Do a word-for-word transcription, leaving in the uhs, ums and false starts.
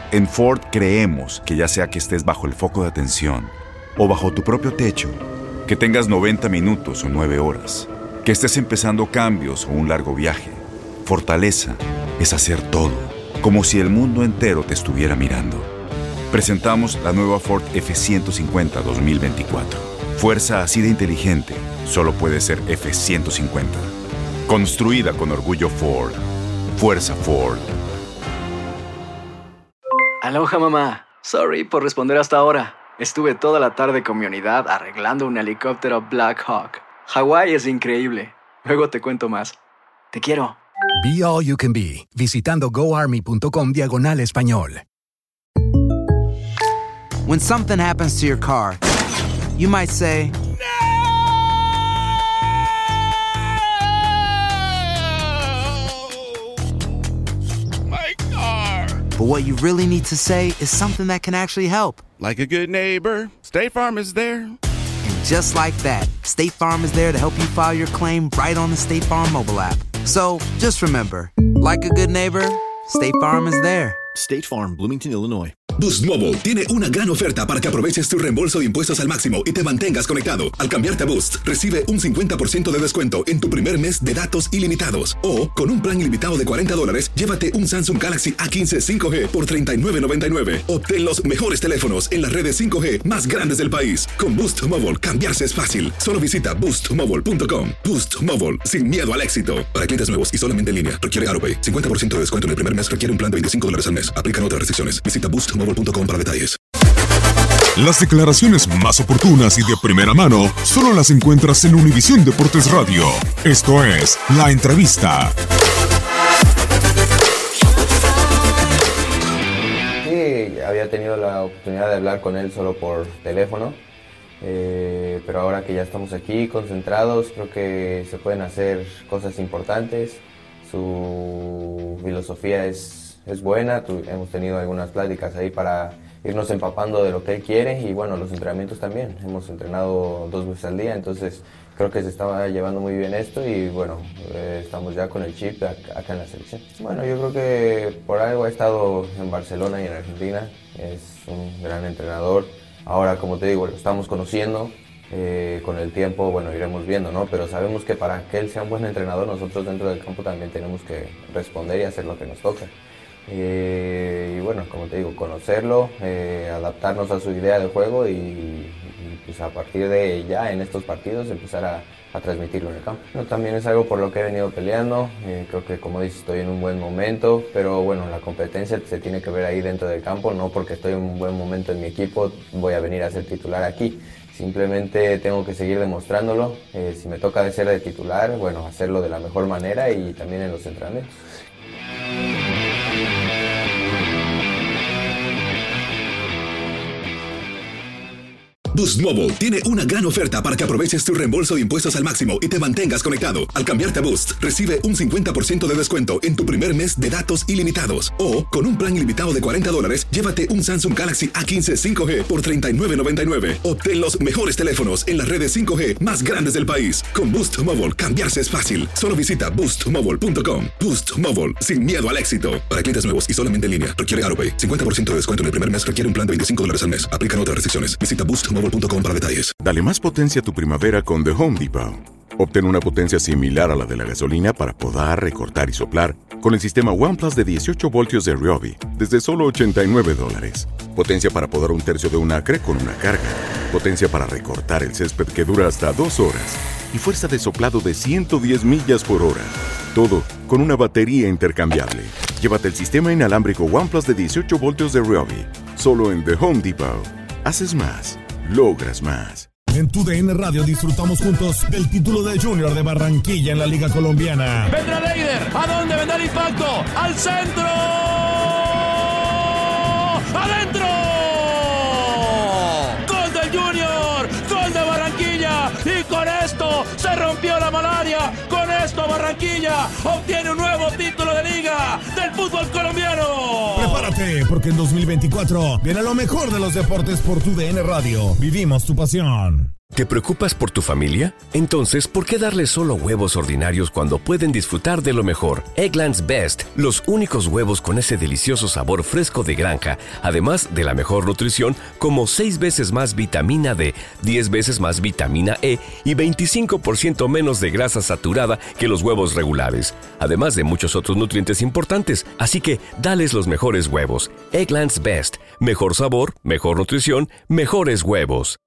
En Ford creemos que ya sea que estés bajo el foco de atención o bajo tu propio techo, que tengas noventa minutos o nueve horas, que estés empezando cambios o un largo viaje, fortaleza es hacer todo, como si el mundo entero te estuviera mirando. Presentamos la nueva Ford F ciento cincuenta dos mil veinticuatro. Fuerza así de inteligente solo puede ser F ciento cincuenta. Construida con orgullo Ford. Fuerza Ford. Aloha, mamá. Sorry por responder hasta ahora. Estuve toda la tarde con mi unidad arreglando un helicóptero Black Hawk. Hawái es increíble. Luego te cuento más. Te quiero. Be All You Can Be, visitando goarmy.com diagonal español. When something happens to your car, you might say, but what you really need to say is something that can actually help. Like a good neighbor, State Farm is there. And just like that, State Farm is there to help you file your claim right on the State Farm mobile app. So just remember, like a good neighbor, State Farm is there. State Farm, Bloomington, Illinois. Boost Mobile tiene una gran oferta para que aproveches tu reembolso de impuestos al máximo y te mantengas conectado. Al cambiarte a Boost, recibe un cincuenta por ciento de descuento en tu primer mes de datos ilimitados. O, con un plan ilimitado de cuarenta dólares, llévate un Samsung Galaxy A quince cinco G por treinta y nueve noventa y nueve. Obtén los mejores teléfonos en las redes cinco G más grandes del país. Con Boost Mobile, cambiarse es fácil. Solo visita boost mobile punto com. Boost Mobile, sin miedo al éxito. Para clientes nuevos y solamente en línea, requiere AutoPay. cincuenta por ciento de descuento en el primer mes requiere un plan de veinticinco dólares al mes. Aplican otras restricciones. Visita boost mobile punto com para detalles. Las declaraciones más oportunas y de primera mano solo las encuentras en Univisión Deportes Radio. Esto es La Entrevista. Sí, había tenido la oportunidad de hablar con él solo por teléfono, eh, pero ahora que ya estamos aquí concentrados, creo que se pueden hacer cosas importantes. Su filosofía es, es buena, tu, hemos tenido algunas pláticas ahí para irnos empapando de lo que él quiere y bueno, los entrenamientos también. Hemos entrenado dos veces al día, entonces creo que se estaba llevando muy bien esto y bueno, eh, estamos ya con el chip acá en la selección. Bueno, yo creo que por algo ha estado en Barcelona y en Argentina, es un gran entrenador. Ahora, como te digo, lo estamos conociendo, eh, con el tiempo, bueno, iremos viendo, ¿no? Pero sabemos que para que él sea un buen entrenador, nosotros dentro del campo también tenemos que responder y hacer lo que nos toca. Eh, y bueno, como te digo, conocerlo, eh, adaptarnos a su idea de juego y, y pues a partir de ya en estos partidos empezar a, a transmitirlo en el campo. No, también es algo por lo que he venido peleando, eh, creo que como dices estoy en un buen momento, pero bueno, la competencia se tiene que ver ahí dentro del campo, no porque estoy en un buen momento en mi equipo voy a venir a ser titular aquí. Simplemente tengo que seguir demostrándolo, eh, si me toca de ser de titular, bueno, hacerlo de la mejor manera y también en los entrenamientos. Boost Mobile tiene una gran oferta para que aproveches tu reembolso de impuestos al máximo y te mantengas conectado. Al cambiarte a Boost, recibe un cincuenta por ciento de descuento en tu primer mes de datos ilimitados. O, con un plan ilimitado de cuarenta dólares, llévate un Samsung Galaxy A quince cinco G por treinta y nueve noventa y nueve. Obtén los mejores teléfonos en las redes cinco G más grandes del país. Con Boost Mobile, cambiarse es fácil. Solo visita boost mobile punto com. Boost Mobile, sin miedo al éxito. Para clientes nuevos y solamente en línea, requiere AutoPay. cincuenta por ciento de descuento en el primer mes requiere un plan de veinticinco dólares al mes. Aplican otras restricciones. Visita boost mobile punto com para detalles. Dale más potencia a tu primavera con The Home Depot. Obtén una potencia similar a la de la gasolina para podar, recortar y soplar con el sistema OnePlus de dieciocho voltios de Ryobi desde solo ochenta y nueve dólares. Potencia para podar un tercio de un acre con una carga. Potencia para recortar el césped que dura hasta dos horas. Y fuerza de soplado de ciento diez millas por hora. Todo con una batería intercambiable. Llévate el sistema inalámbrico OnePlus de dieciocho voltios de Ryobi. Solo en The Home Depot. Haces más. Logras más. En tu D N Radio disfrutamos juntos del título de Junior de Barranquilla en la Liga Colombiana. Vendrá Leider. ¿A dónde vendrá el impacto? ¡Al centro! ¡Adentro! ¡Gol del Junior! ¡Gol de Barranquilla! Y con esto se rompió la malaria. Con esto Barranquilla obtiene un nuevo título de Liga del fútbol colombiano. Prepárate, porque en dos mil veinticuatro viene lo mejor de los deportes por tu D N Radio. Vivimos tu pasión. ¿Te preocupas por tu familia? Entonces, ¿por qué darles solo huevos ordinarios cuando pueden disfrutar de lo mejor? Eggland's Best, los únicos huevos con ese delicioso sabor fresco de granja, además de la mejor nutrición, como seis veces más vitamina D, diez veces más vitamina E y veinticinco por ciento menos de grasa saturada que los huevos regulares, además de muchos otros nutrientes importantes. Así que, dales los mejores huevos. Eggland's Best, mejor sabor, mejor nutrición, mejores huevos.